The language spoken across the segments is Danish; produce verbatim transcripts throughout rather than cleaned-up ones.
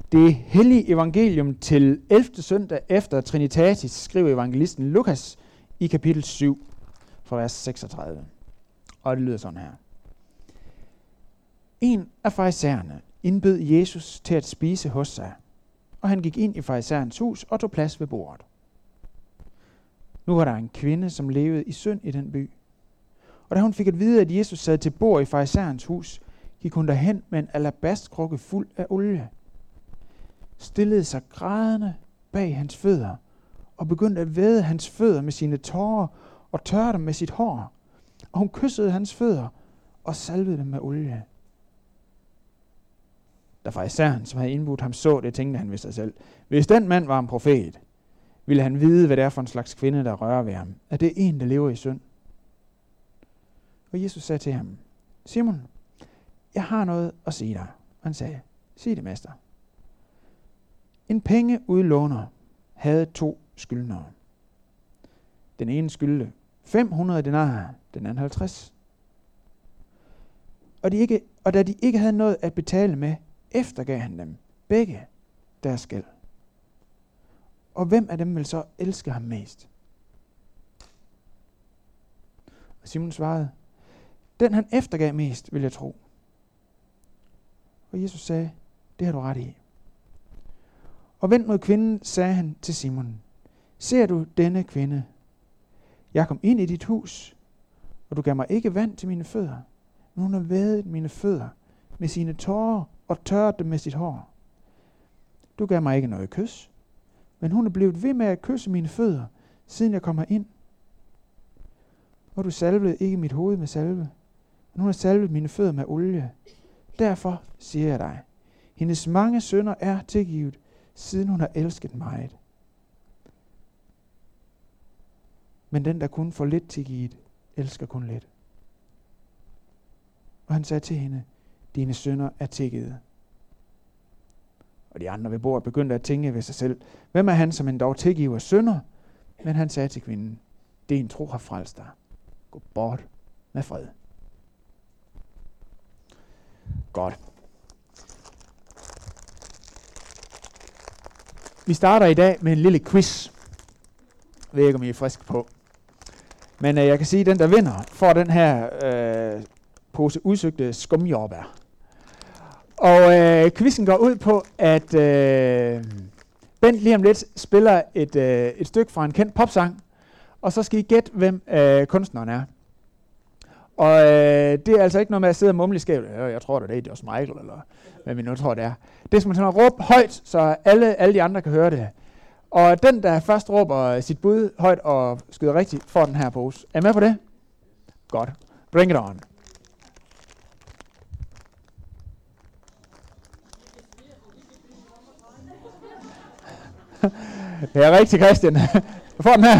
Det hellige evangelium til ellevte søndag efter Trinitatis skriver evangelisten Lukas i kapitel syv, fra vers seksogtredive. Og det lyder sådan her. En af farisæerne indbød Jesus til at spise hos sig, og han gik ind i farisæerens hus og tog plads ved bordet. Nu var der en kvinde, som levede i synd i den by. Og da hun fik at vide, at Jesus sad til bord i farisæerens hus, gik hun derhen med en alabastkrukke fuld af olie, stillede sig grædende bag hans fødder og begyndte at væde hans fødder med sine tårer og tørre dem med sit hår. Og hun kyssede hans fødder og salvede dem med olie. Da farisæeren, som havde indbudt ham, så det, tænkte han ved sig selv: hvis den mand var en profet, ville han vide, hvad det er for en slags kvinde, der rører ved ham. At det er en, der lever i synd. Og Jesus sagde til ham: Simon, jeg har noget at sige dig. Og han sagde: sig det, mester. En pengeudlåner havde to skyldnere. Den ene skyldte fem hundrede denarer, den anden halvtreds. Og, de ikke, og da de ikke havde noget at betale med, eftergav han dem begge deres gæld. Og hvem af dem vil så elske ham mest? Og Simon svarede: den han eftergav mest, vil jeg tro. Og Jesus sagde: det har du ret i. Og vendt mod kvinden, sagde han til Simon: ser du denne kvinde? Jeg kom ind i dit hus, og du gav mig ikke vand til mine fødder, men hun har vædet mine fødder med sine tårer og tørret dem med sit hår. Du gav mig ikke noget kys, men hun er blevet ved med at kysse mine fødder, siden jeg kom ind. Og du salvede ikke mit hoved med salve, men hun har salvet mine fødder med olie. Derfor siger jeg dig, hendes mange synder er tilgivet, siden hun har elsket meget. Men den, der kun får lidt tilgivet, elsker kun lidt. Og han sagde til hende: dine synder er tilgivet. Og de andre ved bordet begyndte at tænke ved sig selv: hvem er han, som endda tilgiver synder? Men han sagde til kvinden: din tro har frelst dig. Gå bort med fred. Godt. Vi starter i dag med en lille quiz. Jeg ved ikke, om I er friske på. Men øh, jeg kan sige, at den, der vinder, får den her øh, pose udsøgte skumjordbær. Og øh, quizzen går ud på, at øh, Bent lige om lidt spiller et, øh, et stykke fra en kendt popsang, og så skal I gætte, hvem øh, kunstneren er. Og øh, det er altså ikke noget med at sidde og mumle i skævlet. Jeg tror, det er det, er Michael, eller hvad vi nu tror, det er. Det skal man sådan råbe højt, så alle, alle de andre kan høre det. Og den, der først råber sit bud højt og skyder rigtigt, får den her pose. Er I med på det? Godt. Bring it on. Det er rigtigt, Christian. Du får den her.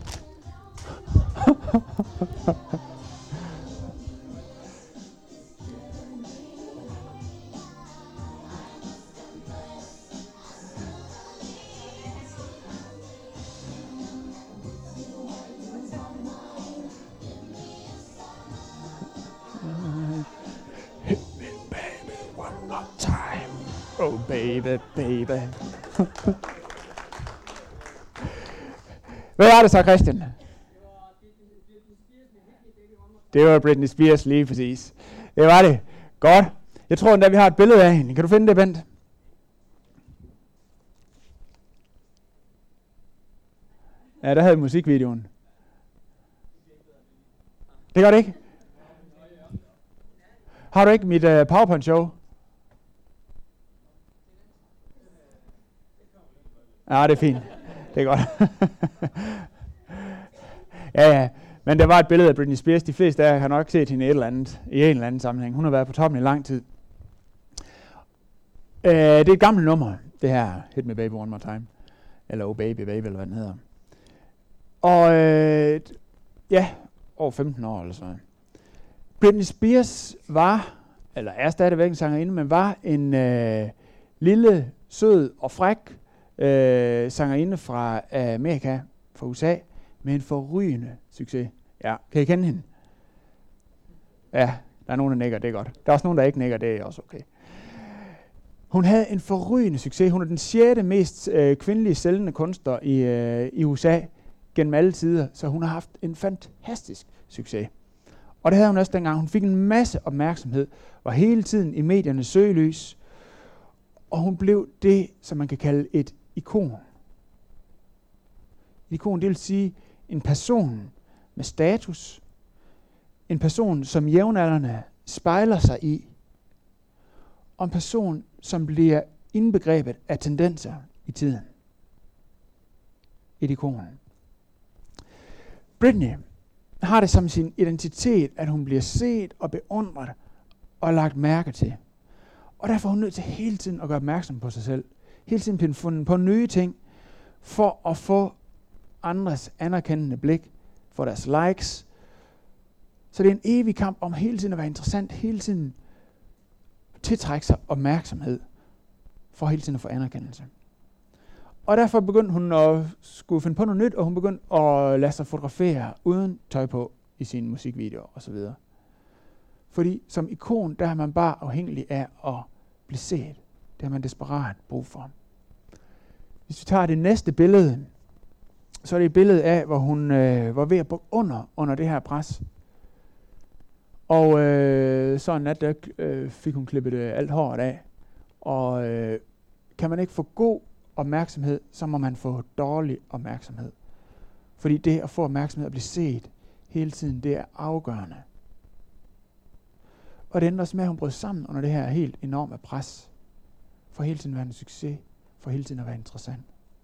Oh baby, baby. Hvad var det så, Christian? Det var Britney Spears lige præcis. Det var det. Godt. Jeg tror endda, vi har et billede af hende. Kan du finde det, Bent? Ja, der havde vi musikvideoen. Det gør det ikke? Har du ikke mit uh, PowerPoint-show? Ja, det er fint. Det er godt. ja, ja. Men der var et billede af Britney Spears. De fleste af jer har nok set hende i et eller andet, i en eller anden sammenhæng. Hun har været på toppen i lang tid. Uh, det er et gammelt nummer, det her Hit Me Baby One More Time. Eller Oh Baby Baby, eller hvad den hedder. Og uh, ja, over femten år eller sådan. Britney Spears var, eller er stadigvæk en sangerinde, men var en uh, lille, sød og fræk Øh, sangerinde fra Amerika, fra U S A, med en forrygende succes. Ja, kan I kende hende? Ja, der er nogen, der nikker, det er godt. Der er også nogen, der ikke nikker, det er også okay. Hun havde en forrygende succes. Hun er den sjette mest øh, kvindelige sælgende kunstner i, øh, i U S A gennem alle tider, så hun har haft en fantastisk succes. Og det havde hun også dengang. Hun fik en masse opmærksomhed, var hele tiden i mediernes søgelys, og hun blev det, som man kan kalde et ikon. Et ikon, det vil sige en person med status, en person, som jævnaldrende spejler sig i, og en person, som bliver indbegrebet af tendenser i tiden. Et ikon. Britney har det som sin identitet, at hun bliver set og beundret og lagt mærke til. Og derfor er hun nødt til hele tiden at gøre opmærksom på sig selv. Hele tiden finde på nye ting, for at få andres anerkendende blik, for deres likes. Så det er en evig kamp om hele tiden at være interessant, hele tiden tiltrække sig opmærksomhed, for hele tiden at få anerkendelse. Og derfor begyndte hun at skulle finde på noget nyt, og hun begyndte at lade sig fotografere uden tøj på i sine musikvideoer osv. Fordi som ikon, der er man bare afhængig af at blive set. Det har man desperat brug for. Hvis vi tager det næste billede, så er det et billede af, hvor hun øh, var ved at bukke under, under det her pres. Og øh, så en nat, der øh, fik hun klippet øh, alt håret af. Og øh, kan man ikke få god opmærksomhed, så må man få dårlig opmærksomhed. Fordi det at få opmærksomhed og blive set hele tiden, det er afgørende. Og det ender også med, at hun brød sammen under det her helt enorme pres. For hele tiden at være en succes. For hele tiden at være interessant.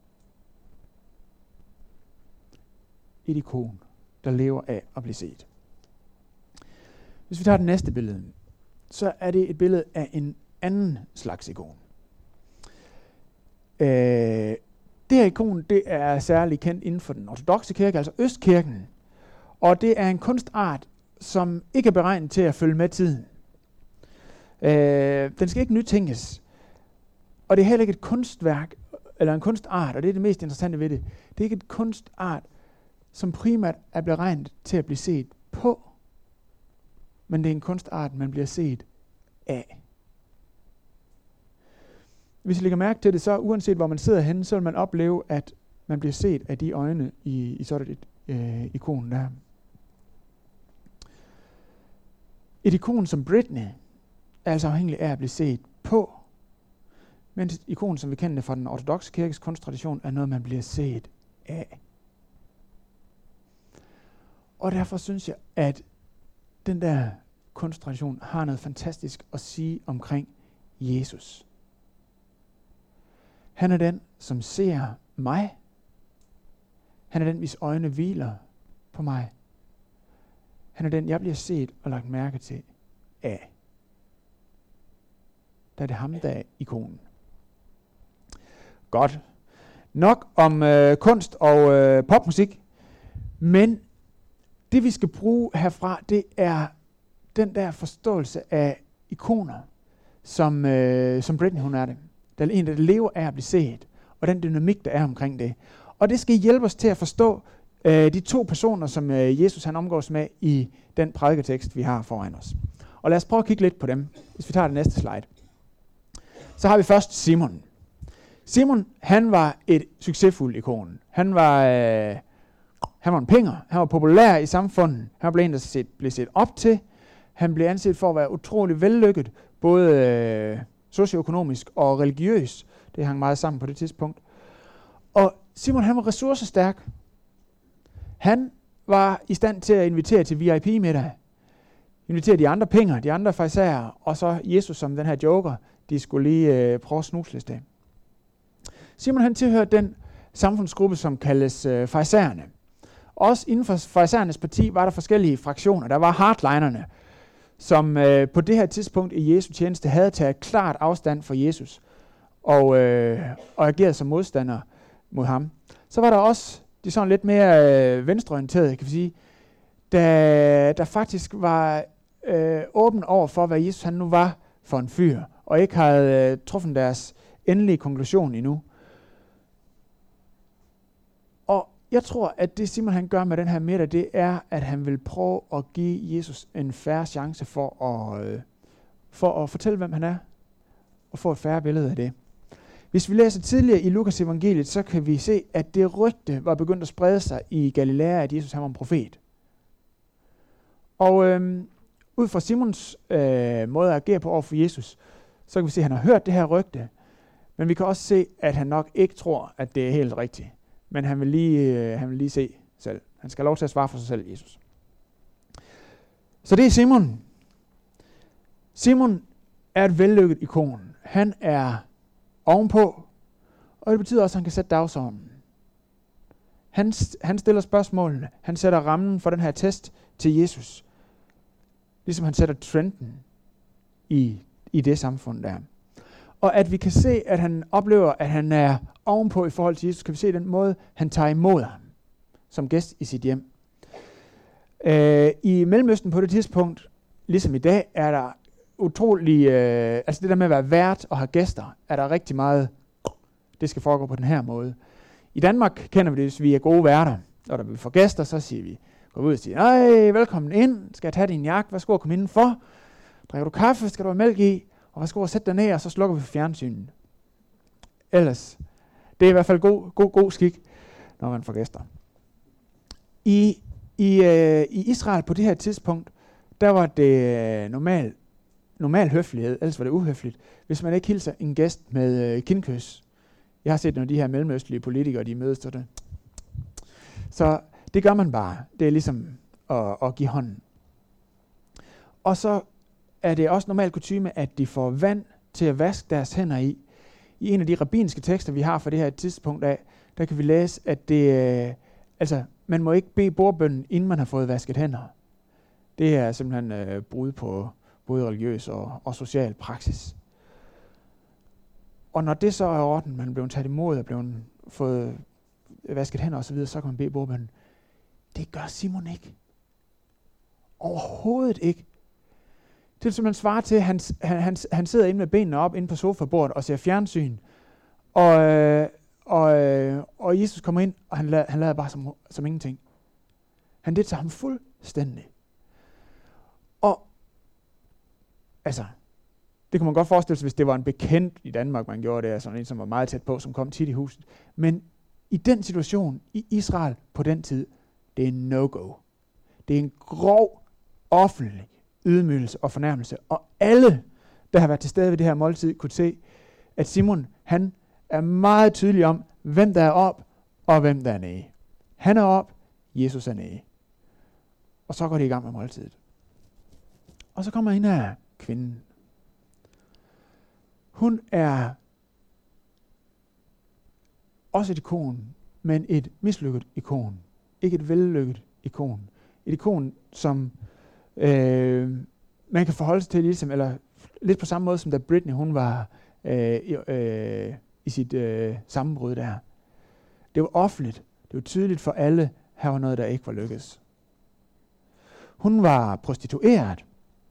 Et ikon, der lever af at blive set. Hvis vi tager det næste billede, så er det et billede af en anden slags ikon. Øh, det her ikon, det er særligt kendt inden for den ortodokse kirke, altså Østkirken. Og det er en kunstart, som ikke er beregnet til at følge med tiden. Øh, den skal ikke nytænkes. Og det er heller ikke et kunstværk, eller en kunstart, og det er det mest interessante ved det. Det er ikke et kunstart, som primært er beregnet til at blive set på, men det er en kunstart, man bliver set af. Hvis I lægger mærke til det, så uanset hvor man sidder henne, så vil man opleve, at man bliver set af de øjne i, i sådan et øh, ikon der. Et ikon som Britney er altså afhængig af at blive set på, mens et ikon, som vi kender det fra den ortodokse kirkes kunsttradition, er noget, man bliver set af. Og derfor synes jeg, at den der kunsttradition har noget fantastisk at sige omkring Jesus. Han er den, som ser mig. Han er den, hvis øjne hviler på mig. Han er den, jeg bliver set og lagt mærke til af. Der er det ham, der er ikonen. Godt. Nok om øh, kunst og øh, popmusik, men det vi skal bruge herfra, det er den der forståelse af ikoner, som, øh, som Britney hun er det. Der er en, der lever af at blive set, og den dynamik, der er omkring det. Og det skal hjælpe os til at forstå øh, de to personer, som øh, Jesus han omgås med i den prædiketekst, vi har foran os. Og lad os prøve at kigge lidt på dem, hvis vi tager det næste slide. Så har vi først Simon. Simon, han var et succesfuldt ikon. Han var, øh, han var en pinger. Han var populær i samfundet. Han var blevet en, der set, blev set op til. Han blev anset for at være utrolig vellykket, både øh, socioøkonomisk og religiøs. Det hang meget sammen på det tidspunkt. Og Simon, han var ressourcestærk. Han var i stand til at invitere til V I P-middag. Invitere de andre pinger, de andre farisæer, og så Jesus som den her joker, de skulle lige øh, prøve at snuse lidt af. Simon han tilhørte den samfundsgruppe, som kaldes øh, farisæerne. Også inden for farisæernes parti var der forskellige fraktioner. Der var hardlinerne, som øh, på det her tidspunkt i Jesu tjeneste havde taget klart afstand fra Jesus og, øh, og ageret som modstander mod ham. Så var der også de sådan lidt mere øh, venstreorienterede, kan vi sige, der, der faktisk var øh, åben over for, hvad Jesus han nu var for en fyr, og ikke havde øh, truffet deres endelige konklusion endnu. Og jeg tror, at det Simon han gør med den her middag, det er, at han vil prøve at give Jesus en fair chance for at, øh, for at fortælle, hvem han er, og få et færre billede af det. Hvis vi læser tidligere i Lukas evangeliet, så kan vi se, at det rygte var begyndt at sprede sig i Galilea, at Jesus han var en profet. Og øhm, ud fra Simons øh, måde at agere på over for Jesus, så kan vi se, at han har hørt det her rygte, men vi kan også se, at han nok ikke tror, at det er helt rigtigt. Men han vil lige, øh, han vil lige se selv. Han skal have lov til at svare for sig selv, Jesus. Så det er Simon. Simon er et vellykket ikon. Han er ovenpå, og det betyder også, at han kan sætte dagsordenen. Han, han stiller spørgsmålene. Han sætter rammen for den her test til Jesus. Ligesom han sætter trenden i, i det samfund der. Og at vi kan se, at han oplever, at han er ovenpå i forhold til Jesus, kan vi se den måde, han tager imod ham som gæst i sit hjem. Øh, I Mellemøsten på det tidspunkt, ligesom i dag, er der utrolig, øh, altså det der med at være vært og have gæster, er der rigtig meget, det skal foregå på den her måde. I Danmark kender vi det, hvis vi er gode værter, og der vi får gæster, så siger vi, går ud og siger, nej, velkommen ind, skal jeg tage din jakke, værsgo at komme indenfor, drikker du kaffe, skal du have mælk i, og værsgo at sætte dig ned, og så slukker vi for fjernsynet. Ellers, det er i hvert fald god, god, god skik, når man får gæster. I, i, øh, I Israel på det her tidspunkt, der var det øh, normal, normal høflighed, ellers var det uhøfligt, hvis man ikke hilser en gæst med øh, kindkys. Jeg har set, når de her mellemøstlige politikere, de mødes til det. Så det gør man bare. Det er ligesom at, at give hånden. Og så er det også normalt kutyme, at de får vand til at vaske deres hænder i. I en af de rabbinske tekster, vi har fra det her tidspunkt af, der kan vi læse, at det, øh, altså, man må ikke bede bordbønnen, inden man har fået vasket hænder. Det er simpelthen øh, brud på både religiøs og, og social praksis. Og når det så er i orden, man er blevet taget imod og blevet fået vasket hænder osv., så kan man bede bordbønnen. Det gør Simon ikke. Overhovedet ikke. Det er simpelthen svare til, at han, han, han, han sidder inde med benene op inde på sofabordet og ser fjernsyn. Og, øh, og, øh, og Jesus kommer ind, og han, la, han lader bare som, som ingenting. Han deltager ham fuldstændig. Og altså, det kunne man godt forestille sig, hvis det var en bekendt i Danmark, man gjorde det, altså en, som var meget tæt på, som kom tit i huset. Men i den situation, i Israel på den tid, det er en no-go. Det er en grov, offentlig ydmygelse og fornærmelse. Og alle, der har været til stede ved det her måltid, kunne se, at Simon, han er meget tydelig om, hvem der er op, og hvem der er nede. Han er op, Jesus er nede. Og så går de i gang med måltidet. Og så kommer hende her, kvinden. Hun er også et ikon, men et mislykket ikon. Ikke et vellykket ikon. Et ikon, som øh, man kan forholde sig til, ligesom, eller lidt på samme måde, som da Britney, hun var øh, øh, i sit øh, sammenbrud der. Det var offentligt. Det var tydeligt for alle, her var noget, der ikke var lykkedes. Hun var prostitueret.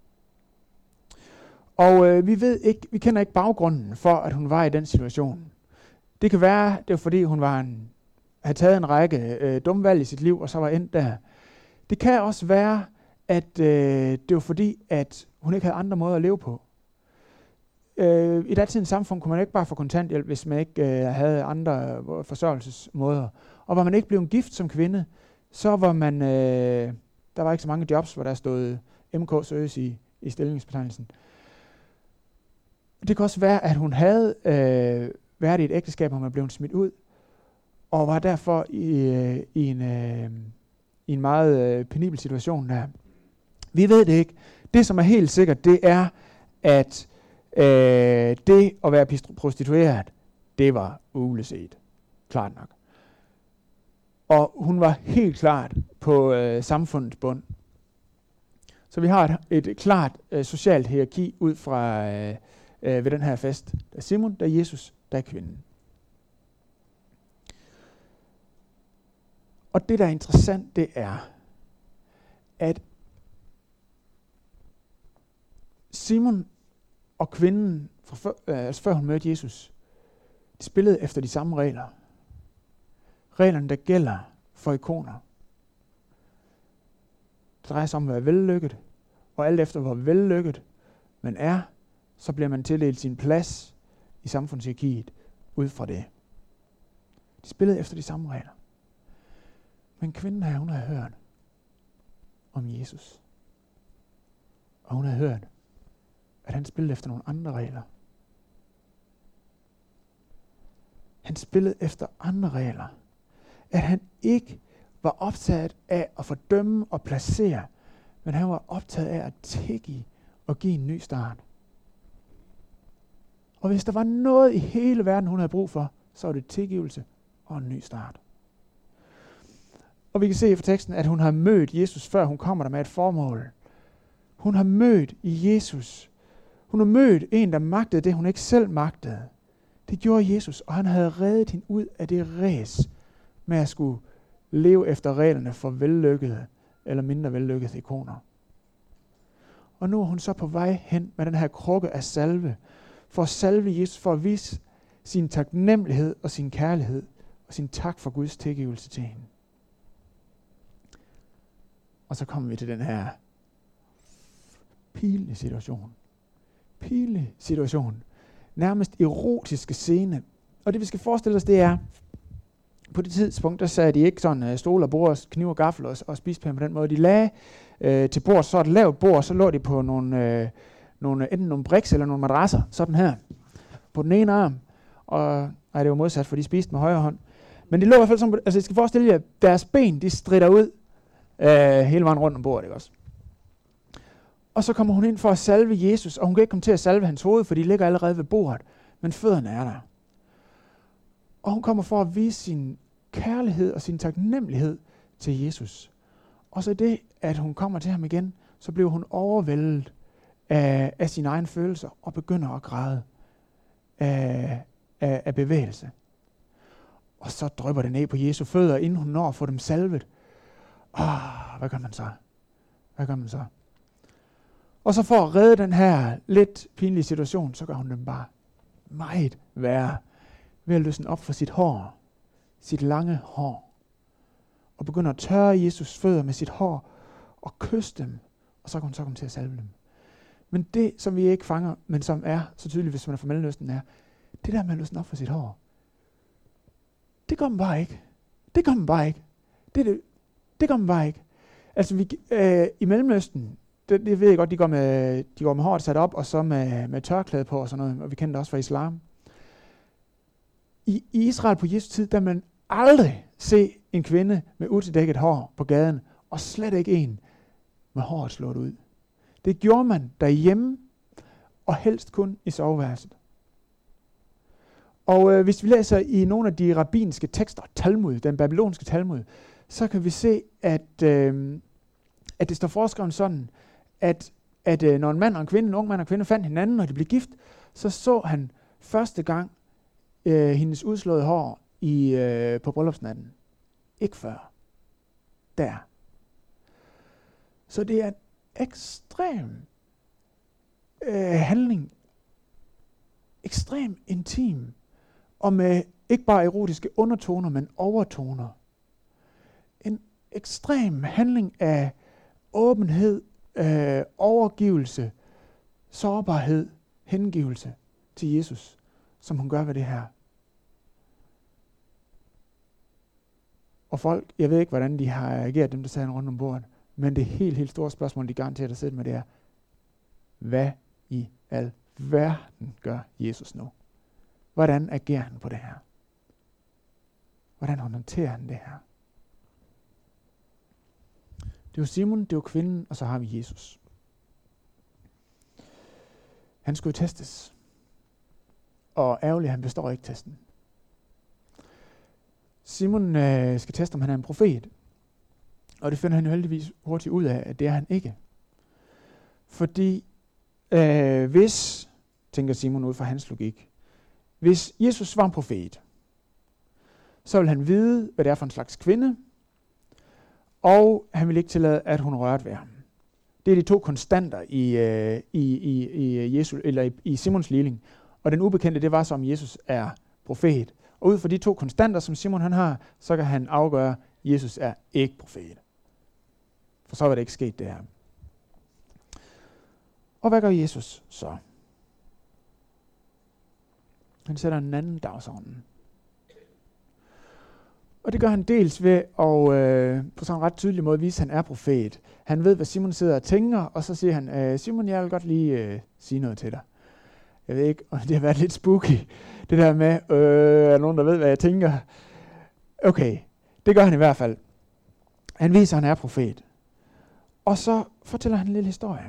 Og øh, vi ved ikke, vi kender ikke baggrunden for, at hun var i den situation. Det kan være, det var fordi hun var en, havde taget en række øh, dumme valg i sit liv, og så var endt der. Det kan også være, at øh, det var fordi, at hun ikke havde andre måder at leve på. Øh, I datidens samfund kunne man ikke bare få kontanthjælp, hvis man ikke øh, havde andre øh, forsørgelsesmåder. Og var man ikke blevet gift som kvinde, så var man, øh, der var ikke så mange jobs, hvor der stod M K søges i, i stillingsbetegnelsen. Det kan også være, at hun havde øh, været i et ægteskab, hvor man blev smidt ud, og var derfor i, øh, i, en, øh, i en meget øh, penibel situation der. Vi ved det ikke. Det, som er helt sikkert, det er, at øh, det at være prostitueret, det var uleset. Klart nok. Og hun var helt klart på øh, samfundets bund. Så vi har et, et klart øh, socialt hierarki ud fra øh, øh, ved den her fest. Der er Simon, der er Jesus, der er kvinden. Og det, der er interessant, det er, at Simon og kvinden, fra før, øh, altså før hun mødte Jesus, de spillede efter de samme regler. Reglerne, der gælder for ikoner. Det drejer sig om at være vellykket, og alt efter hvor vellykket man er, så bliver man tildelt sin plads i samfundshierarkiet ud fra det. De spillede efter de samme regler. Men kvinden her, hun havde hørt om Jesus. Og hun havde hørt, at han spillede efter nogle andre regler. Han spillede efter andre regler. At han ikke var optaget af at fordømme og placere, men han var optaget af at tilgive og give en ny start. Og hvis der var noget i hele verden, hun havde brug for, så var det tilgivelse og en ny start. Og vi kan se fra teksten, at hun har mødt Jesus, før hun kommer der med et formål. Hun har mødt i Jesus. Hun har mødt en, der magtede det, hun ikke selv magtede. Det gjorde Jesus, og han havde reddet hende ud af det ræs med at skulle leve efter reglerne for vellykkede eller mindre vellykkede ikoner. Og nu er hun så på vej hen med den her krukke af salve, for at salve Jesus, for at vise sin taknemmelighed og sin kærlighed, og sin tak for Guds tilgivelse til hende. Og så kommer vi til den her pinlige situation. Pinlig situation. Nærmest erotiske scene. Og det vi skal forestille os, det er, på det tidspunkt, der sagde de ikke sådan uh, stole og bord, kniv og gaffel og, og spisepinde på den måde. De lagde uh, til bord, så et lavt bord, så lå de på nogle, uh, nogle, enten nogle briks eller nogle madrasser, sådan her, på den ene arm. Og nej, det var modsat, for de spiste med højre hånd. Men de lå i hvert fald sådan, altså jeg skal forestille jer, at deres ben, de stritter ud uh, hele vejen rundt om bordet, ikke også? Og så kommer hun ind for at salve Jesus, og hun kan ikke komme til at salve hans hoved, for de ligger allerede ved bordet, men fødderne er der. Og hun kommer for at vise sin kærlighed og sin taknemmelighed til Jesus. Og så det, at hun kommer til ham igen, så bliver hun overvældet af, af sine egne følelser og begynder at græde af, af, af bevægelse. Og så drypper det ned på Jesu fødder, inden hun når at få dem salvet. Åh, hvad gør man så? Hvad gør man så? Og så for at redde den her lidt pinlige situation, så gør hun dem bare meget værre ved at løsne op for sit hår, sit lange hår, og begynder at tørre Jesus fødder med sit hår og kysse dem, og så kan hun så komme til at salve dem. Men det, som vi ikke fanger, men som er så tydeligt, hvis man er fra Mellemøsten, er, det der med at løsne op for sit hår, det gør man bare ikke. Det gør man bare ikke. Det, det, det gør man bare ikke. Altså vi, øh, i Mellemøsten, det, det ved jeg godt, de går med, de går med håret sat op, og så med, med tørklæde på og sådan noget, og vi kender det også fra islam. I, I Israel på Jesu tid, der man aldrig se en kvinde med utildækket hår på gaden, og slet ikke en med håret slået ud. Det gjorde man derhjemme, og helst kun i soveværelset. Og øh, hvis vi læser i nogle af de rabbinske tekster, Talmud, den babylonske Talmud, så kan vi se, at, øh, at det står foreskrevet sådan, at, at øh, når en mand og en kvinde, en ung mand og en kvinde fandt hinanden, og de blev gift, så så han første gang øh, hendes udslåede hår i, øh, på bryllupsnatten. Ikke før. Der. Så det er en ekstrem øh, handling. Ekstrem intim. Og med ikke bare erotiske undertoner, men overtoner. En ekstrem handling af åbenhed, øh, overgivelse, sårbarhed, hengivelse til Jesus, som hun gør ved det her. Og folk, jeg ved ikke, hvordan de har reageret, dem der sad rundt om bordet, men det helt, helt store spørgsmål, de garanteret har siddet med, det er, hvad i al verden gør Jesus nu? Hvordan agerer han på det her? Hvordan håndterer han det her? Det var Simon, det var kvinden, og så har vi Jesus. Han skulle testes. Og ærgerligt, han består ikke testen. Simon øh, skal teste, om han er en profet. Og det finder han jo heldigvis hurtigt ud af, at det er han ikke. Fordi øh, hvis, tænker Simon ud fra hans logik, hvis Jesus var en profet, så vil han vide, hvad det er for en slags kvinde, og han vil ikke tillade, at hun rørte ved ham. Det er de to konstanter i, øh, i, i, i, Jesus, eller i, i Simons ligning. Og den ubekendte, det var så, om Jesus er profet. Og ud fra de to konstanter, som Simon han har, så kan han afgøre, at Jesus er ikke profet. For så var det ikke sket det her. Og hvad gør Jesus så? Han sætter en anden dagsorden. Og det gør han dels ved at øh, på sådan en ret tydelig måde vise, at han er profet. Han ved, hvad Simon sidder og tænker, og så siger han, øh, Simon, jeg vil godt lige øh, sige noget til dig. Jeg ved ikke, og det har været lidt spooky, det der med, øh, er der nogen, der ved, hvad jeg tænker? Okay, det gør han i hvert fald. Han viser, at han er profet. Og så fortæller han en lille historie.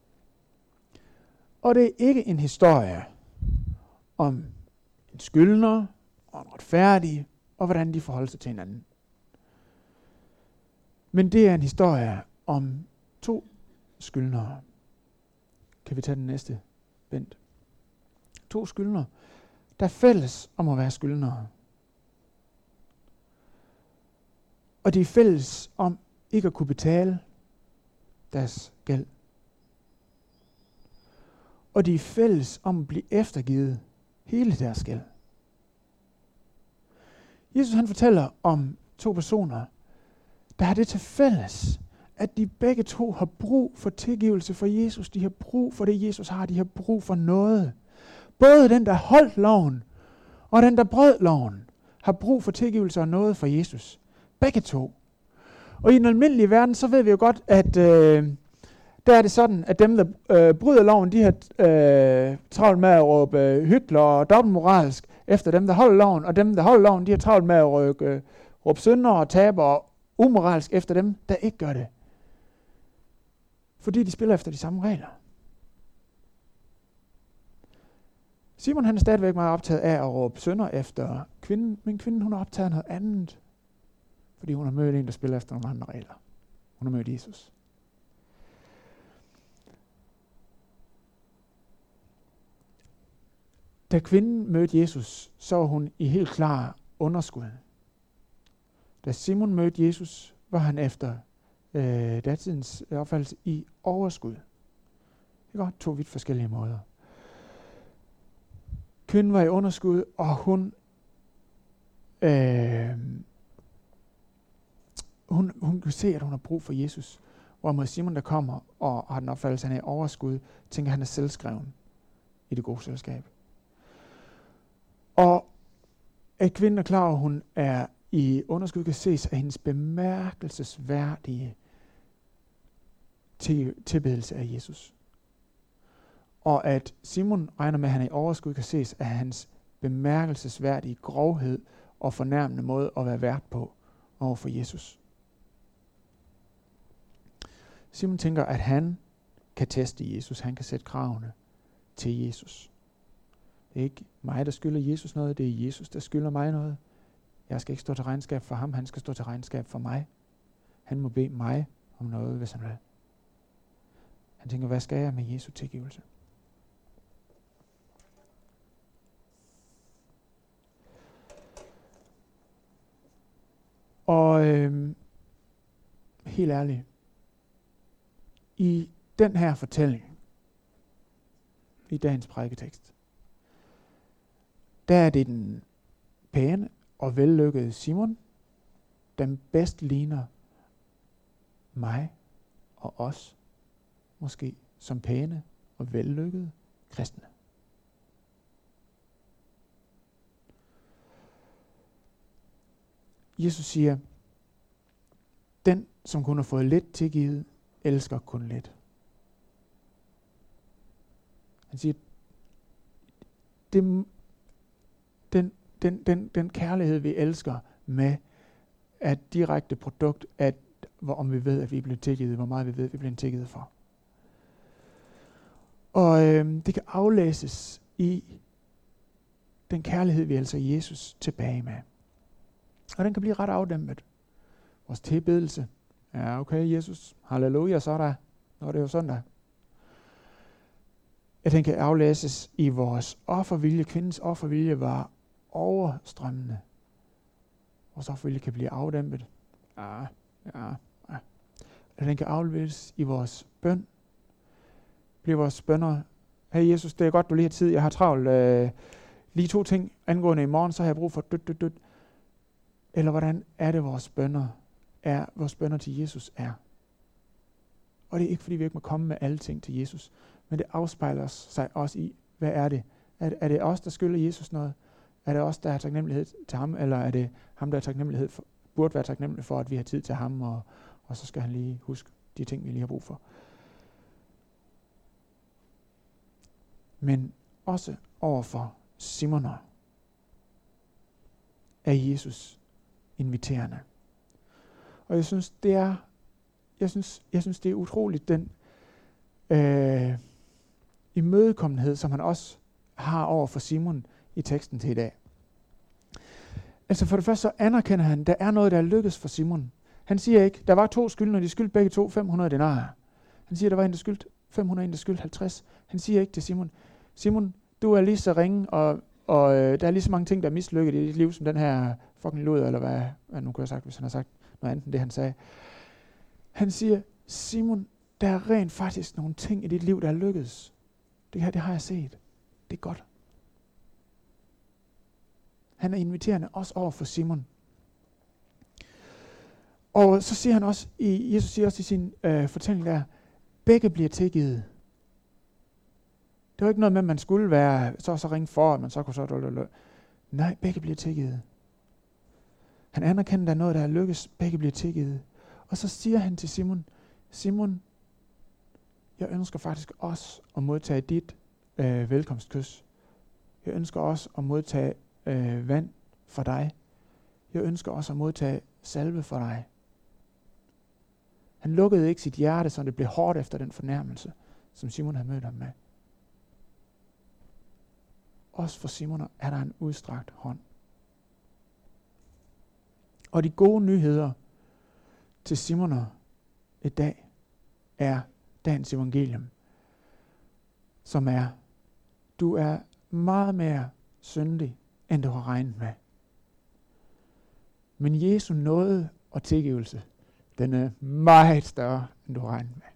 Og det er ikke en historie om en skyldner og en retfærdig, og hvordan de forholder sig til hinanden. Men det er en historie om to skyldnere. Kan vi tage den næste, Bent? To skyldnere, der er fælles om at være skyldnere. Og de er fælles om ikke at kunne betale deres gæld. Og de er fælles om at blive eftergivet hele deres gæld. Jesus han fortæller om to personer, der har det til fælles, at de begge to har brug for tilgivelse for Jesus. De har brug for det, Jesus har. De har brug for noget. Både den, der holdt loven, og den, der brød loven, har brug for tilgivelse og noget for Jesus. Begge to. Og i den almindelige verden, så ved vi jo godt, at øh, der er det sådan, at dem, der øh, bryder loven, de har øh, travlt med at råbe øh, hykler og dobbeltmoralsk efter dem, der holder loven, og dem, der holder loven, de har travlt med at råbe, øh, råbe syndere og taber og umoralsk efter dem, der ikke gør det. Fordi de spiller efter de samme regler. Simon han er stadigvæk meget optaget af at råbe synder efter kvinden, men kvinden hun er optaget af noget andet. Fordi hun har mødt en, der spiller efter nogle andre regler. Hun har mødt Jesus. Da kvinden mødte Jesus, så var hun i helt klar underskud. Da Simon mødte Jesus, var han efter øh, datidens opfattelse i overskud. Det er godt to vidt forskellige måder. Kvinden var i underskud, og hun, øh, hun, hun kunne se, at hun har brug for Jesus. Hvorimod Simon, der kommer og har den opfattelse, at han er i overskud, tænker, at han er selvskreven i det gode selskab. Og at kvinden er klar over, at hun er i underskud, kan ses af hendes bemærkelsesværdige tilbedelse af Jesus. Og at Simon regner med, at han er i overskud, kan ses af hans bemærkelsesværdige grovhed og fornærmende måde at være vært på over for Jesus. Simon tænker, at han kan teste Jesus. Han kan sætte kravene til Jesus. Det er ikke mig, der skylder Jesus noget. Det er Jesus, der skylder mig noget. Jeg skal ikke stå til regnskab for ham. Han skal stå til regnskab for mig. Han må bede mig om noget, hvis han vil. Han tænker, hvad skal jeg med Jesu tilgivelse? Og øhm, helt ærligt, i den her fortælling, i dagens prædiketekst, der er det den pæne og vellykkede Simon, den bedst ligner mig og os, måske som pæne og vellykkede kristne. Jesus siger, den, som kun har fået lidt tilgivet, elsker kun lidt. Han siger, det, den, den, den, den kærlighed, vi elsker med, er et direkte produkt af, hvor, om vi ved, at vi er blevet tilgivet, hvor meget vi ved, at vi er blevet tilgivet for. Og øh, det kan aflæses i den kærlighed, vi elsker Jesus tilbage med. Og den kan blive ret afdæmpet. Vores tilbedelse. Ja, okay, Jesus. Halleluja, så der. Nå, det er jo søndag. At den kan aflæses i vores offervilje. Kvindens offervilje var overstrømmende. Vores offervilje kan blive afdæmpet. Ja, ja, ja. At den kan aflæses i vores bøn. Bliver vores bønner. Hey Jesus, det er godt, du lige har tid. Jeg har travlt. Øh, lige to ting angående i morgen, så har jeg brug for dødt, dødt, dødt. Eller hvordan er det, vores bønner er, vores bønner til Jesus er. Og det er ikke, fordi vi ikke må komme med alle ting til Jesus, men det afspejler sig også i, hvad er det, Er, er det os, der skylder Jesus noget? Er det os, der har taknemmelighed til ham? Eller er det ham, der er taknemmelighed for, burde være taknemmelig for, at vi har tid til ham, og, og så skal han lige huske de ting, vi lige har brug for? Men også overfor Simoner er Jesus inviterende. Og jeg synes, det er, jeg synes, jeg synes, det er utroligt, den øh, imødekommenhed, som han også har over for Simon i teksten til i dag. Altså for det første så anerkender han, der er noget, der er lykkes for Simon. Han siger ikke, der var to skyldnere, de skyldte begge to fem hundrede denarer. Han siger, der var en, der skyldte fem hundrede, en, der skyldte halvtreds. Han siger ikke til Simon, Simon, du er lige så ringe, og, og øh, der er lige så mange ting, der er mislykket i dit liv, som den her fucking luder, eller hvad, hvad nu kunne jeg have sagt, hvis han har sagt noget andet end det, han sagde. Han siger, Simon, der er rent faktisk nogle ting i dit liv, der er lykkedes. Det her, det har jeg set. Det er godt. Han er inviterende også over for Simon. Og så siger han også, i, Jesus siger også i sin øh, fortælling der, begge bliver tilgivet. Det var ikke noget med, at man skulle være så så ringe for, at man så kunne så... Nej, begge bliver tilgivet. Han anerkender, at der er noget, der er lykkes. Begge bliver tilgivet. Og så siger han til Simon, Simon, jeg ønsker faktisk også at modtage dit øh, velkomstkys. Jeg ønsker også at modtage øh, vand for dig. Jeg ønsker også at modtage salve for dig. Han lukkede ikke sit hjerte, så det blev hårdt efter den fornærmelse, som Simon havde mødt ham med. Også for Simon er der en udstrakt hånd. Og de gode nyheder til Simoner i dag er dagens evangelium, som er, du er meget mere syndig, end du har regnet med. Men Jesu nåde og tilgivelse, den er meget større, end du har regnet med.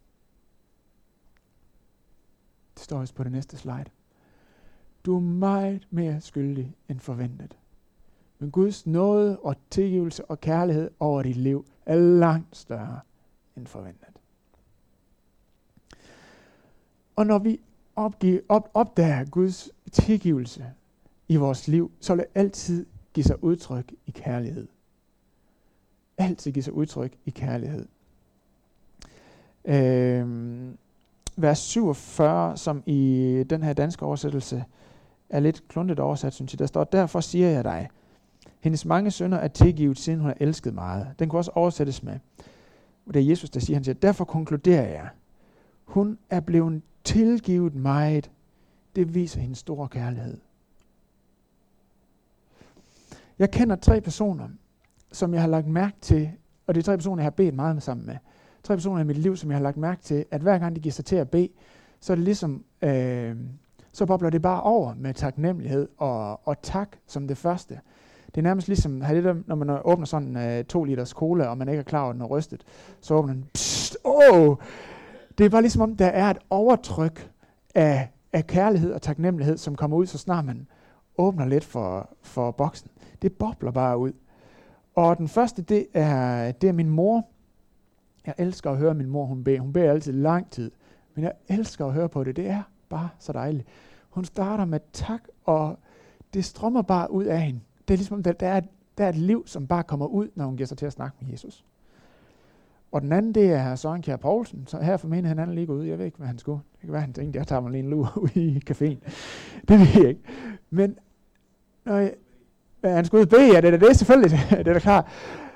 Det står også på det næste slide. Du er meget mere skyldig end forventet. Men Guds nåde og tilgivelse og kærlighed over dit liv er langt større end forventet. Og når vi opgiver, op, opdager Guds tilgivelse i vores liv, så vil det altid give sig udtryk i kærlighed. Altid give sig udtryk i kærlighed. Øhm, vers syvogfyrre, som i den her danske oversættelse er lidt kluntet oversat, synes jeg. Der står, derfor siger jeg dig, hendes mange synder er tilgivet, siden hun har elsket meget. Den kan også oversættes med, det er Jesus, der siger, han siger, derfor konkluderer jeg, hun er blevet tilgivet meget. Det viser hendes store kærlighed. Jeg kender tre personer, som jeg har lagt mærke til, og det er tre personer, jeg har bedt meget med sammen med. Tre personer i mit liv, som jeg har lagt mærke til, at hver gang de giver sig til at bede, så er det ligesom, øh, så bobler det bare over med taknemmelighed og, og tak som det første. Det er nærmest ligesom, når man åbner sådan uh, to liters cola, og man ikke er klar over, at den er rystet, så åbner den, pssst, åh! Det er bare ligesom om, der er et overtryk af, af kærlighed og taknemmelighed, som kommer ud, så snart man åbner lidt for, for boksen. Det bobler bare ud. Og den første, det er, det er min mor. Jeg elsker at høre min mor, hun beder. Hun beder altid lang tid. Men jeg elsker at høre på det. Det er bare så dejligt. Hun starter med tak, og det strømmer bare ud af hende. Det er ligesom, der, der, er, der er et liv, som bare kommer ud, når hun giver sig til at snakke med Jesus. Og den anden, det er Søren Kjær Poulsen. Så her for meningen, han er lige gået ud. Jeg ved ikke, hvad han skulle. Det kan være, han tænkte, jeg tager mig lige en lur ud i caféen. Det ved jeg ikke. Men når jeg, han skulle ud og bede, ja, det er det selvfølgelig. Det er da klart.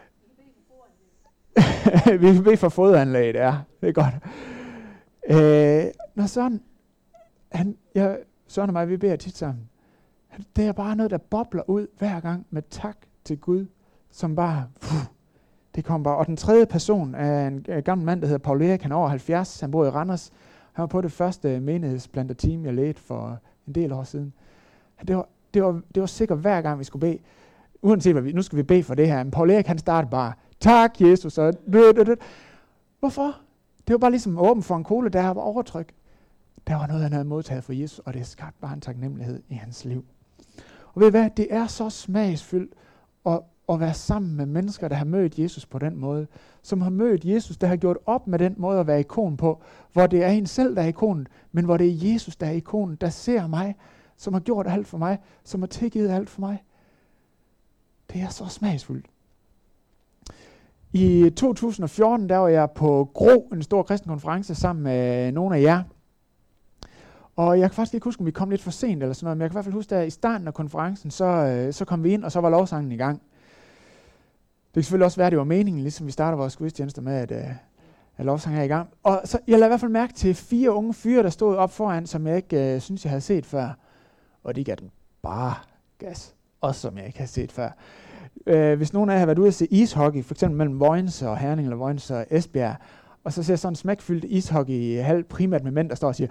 Vi kan bede for foderanlæget, ja. Det er godt. Øh, når Søren, han, jeg, Søren og mig, vi beder tit sammen. Det er bare noget, der bobler ud hver gang med tak til Gud, som bare, puh, det kommer bare. Og den tredje person er en uh, gammel mand, der hedder Paul Erik, han er over halvfjerds, han bor i Randers. Han var på det første menighedsplanter-team, jeg ledte for en del år siden. Det var, det var, det var sikkert hver gang, vi skulle bede, uanset hvad vi, nu skal vi bede for det her. Men Paul Erik, han startede bare, tak Jesus, og død, død, død. Hvorfor? Det var bare ligesom åben for en cola, der var overtryk. Der var noget, han havde modtaget for Jesus, og det skabte bare en taknemmelighed i hans liv. Og ved I hvad? Det er så smagsfyldt at, at være sammen med mennesker, der har mødt Jesus på den måde. Som har mødt Jesus, der har gjort op med den måde at være ikon på. Hvor det er en selv, der er ikonen, men hvor det er Jesus, der er ikonen, der ser mig som har gjort alt for mig, som har tilgivet alt for mig. Det er så smagsfuldt. I to tusind og fjorten, der var jeg på Gro, en stor kristen konference, sammen med nogle af jer. Og jeg kan faktisk ikke huske, om vi kom lidt for sent eller sådan noget, men jeg kan i hvert fald huske, at i starten af konferencen, så, øh, så kom vi ind, og så var lovsangen i gang. Det kan selvfølgelig også være, at det var meningen, ligesom vi starter vores gudstjenester med, at, øh, at lovsangen er i gang. Og så, jeg lavede i hvert fald mærke til fire unge fyre, der stod op foran, som jeg ikke øh, synes, jeg havde set før. Og de gav den bare gas, også som jeg ikke havde set før. Øh, hvis nogen af jer har været ude at se ishockey, for eksempel mellem Vojens og Herning, eller Vojens og Esbjerg, og så ser sådan en smækfyldt ishockey-hal, primært med mænd, der står og siger,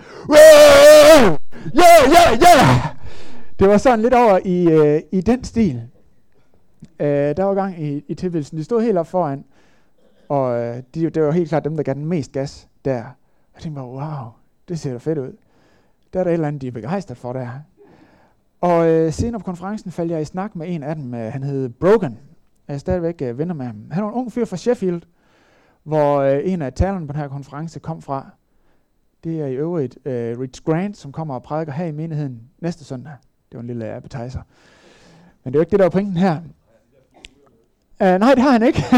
ja, ja, ja! Det var sådan lidt over i, øh, i den stil. Øh, der var gang i, i tilbeddelsen. De stod helt op foran, og øh, de, det var helt klart dem, der gav den mest gas der. Jeg tænkte bare, wow, det ser da fedt ud. Der er der et eller andet, de er begejstret for der. Og øh, senere på konferencen faldt jeg i snak med en af dem. Øh, han hed Brogan. Jeg er stadigvæk øh, venner med ham. Han var en ung fyr fra Sheffield, hvor øh, en af talerne på den her konference kom fra. Det er i øvrigt øh, Rich Grant, som kommer og prædiker her i menigheden næste søndag. Det var en lille appetizer. Men det er jo ikke det, der var pointen her. Uh, nej, det har han ikke.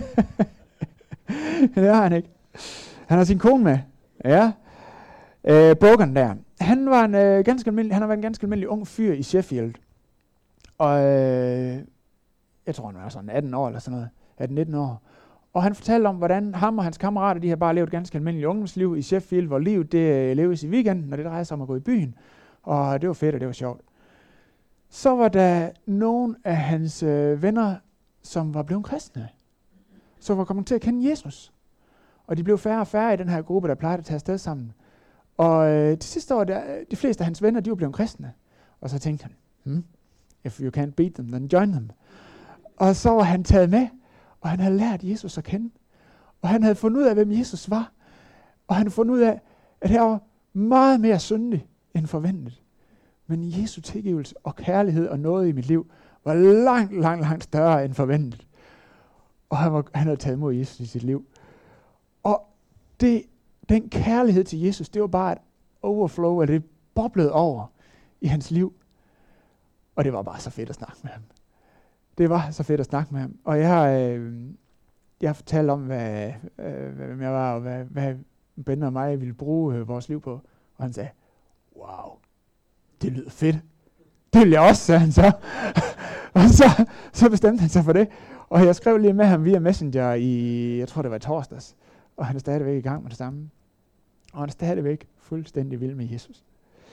det har han ikke. Han har sin kone med. Ja. Uh, Brogan der. Han var en uh, ganske almindelig, han har været en ganske almindelig ung fyr i Sheffield. Og uh, jeg tror, han var sådan atten år eller sådan noget. atten nitten år. Og han fortalte om, hvordan ham og hans kammerater, de har bare levet et ganske almindeligt ungdomsliv i Sheffield, hvor livet det leves i weekenden, når det drejer sig om at gå i byen. Og det var fedt, og det var sjovt. Så var der nogle af hans øh, venner, som var blevet kristne. Så var kommet til at kende Jesus. Og de blev færre og færre i den her gruppe, der plejede at tage afsted sammen. Og øh, til sidste år, der, de fleste af hans venner, de var blevet kristne. Og så tænkte han, hmm, if you can't beat them, then join them. Og så var han taget med, og han havde lært Jesus at kende. Og han havde fundet ud af, hvem Jesus var. Og han havde fundet ud af, at han var meget mere syndig end forventet. Men Jesu tilgivelse og kærlighed og noget i mit liv var langt, langt, langt større end forventet. Og han, var, han havde taget imod Jesus i sit liv. Og det, den kærlighed til Jesus, det var bare et overflow, eller det boblede over i hans liv. Og det var bare så fedt at snakke med ham. Det var så fedt at snakke med ham. Og jeg har, øh, jeg har fortalt om, hvad, øh, hvem jeg var, og hvad, hvad Ben og mig ville bruge øh, vores liv på. Og han sagde, wow, det lyder fedt. Det vil jeg også, sagde han så. Og så, så bestemte han sig for det. Og jeg skrev lige med ham via Messenger i, jeg tror det var i torsdags. Og han er stadigvæk i gang med det samme. Og han er stadigvæk fuldstændig vild med Jesus.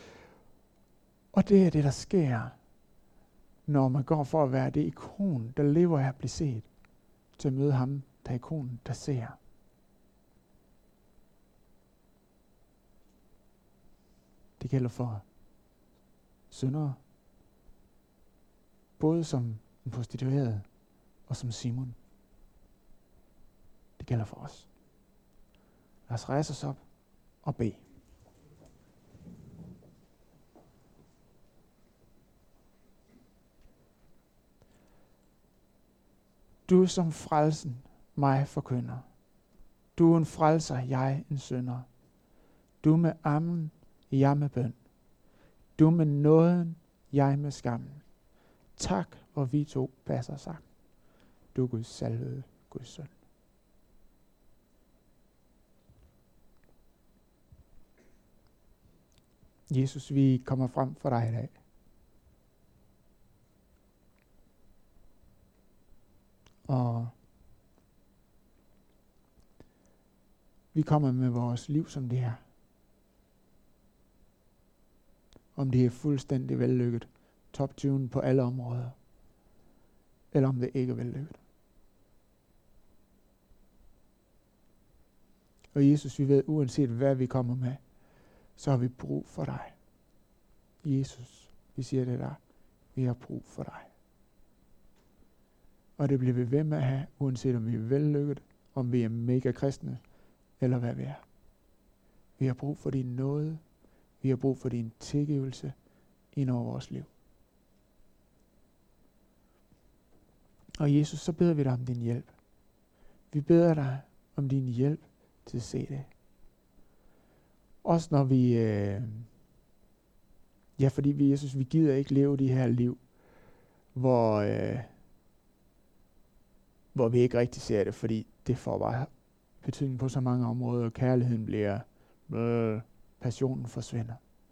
Og det er det, der sker, når man går for at være det ikon, der lever af at blive set, til at møde ham, der er ikonen, der ser. Det gælder for syndere, både som en prostitueret og som Simon. Det gælder for os. Lad os rejse os op og bede. Du som frelsen mig forkynder. Du er en frelser, jeg en synder. Du med ammen, jeg med bøn. Du med nåden, jeg med skammen. Tak, hvor vi to passer sammen. Du er Guds salvede, Guds søn. Jesus, vi kommer frem for dig i dag. Og vi kommer med vores liv som det her. Om det er fuldstændig vellykket, top-tune på alle områder, eller om det ikke er vellykket. Og Jesus, vi ved, uanset hvad vi kommer med, så har vi brug for dig. Jesus, vi siger det der, vi har brug for dig. Og det bliver vi ved med at have, uanset om vi er vellykket, om vi er mega kristne, eller hvad vi er. Vi har brug for din nåde. Vi har brug for din tilgivelse ind over vores liv. Og Jesus, så beder vi dig om din hjælp. Vi beder dig om din hjælp til at se det. Også når vi, øh, Ja, fordi vi, Jesus, vi gider ikke leve de her liv, hvor, øh, hvor vi ikke rigtig ser det, fordi det får bare betydning på så mange områder, og kærligheden bliver, øh, passionen forsvinder.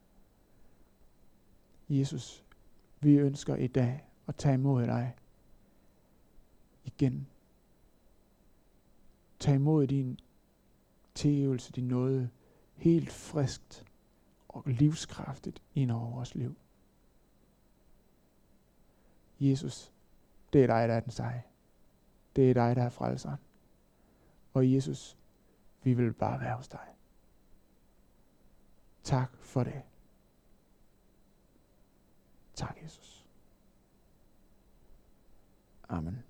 Jesus, vi ønsker i dag at tage imod dig igen. Tag imod din tilgivelse, din nåde, helt friskt og livskraftigt ind over vores liv. Jesus, det er dig, der er den seje. Det er dig, der er frelseren. Og Jesus, vi vil bare være hos dig. Tak for det. Tak, Jesus. Amen.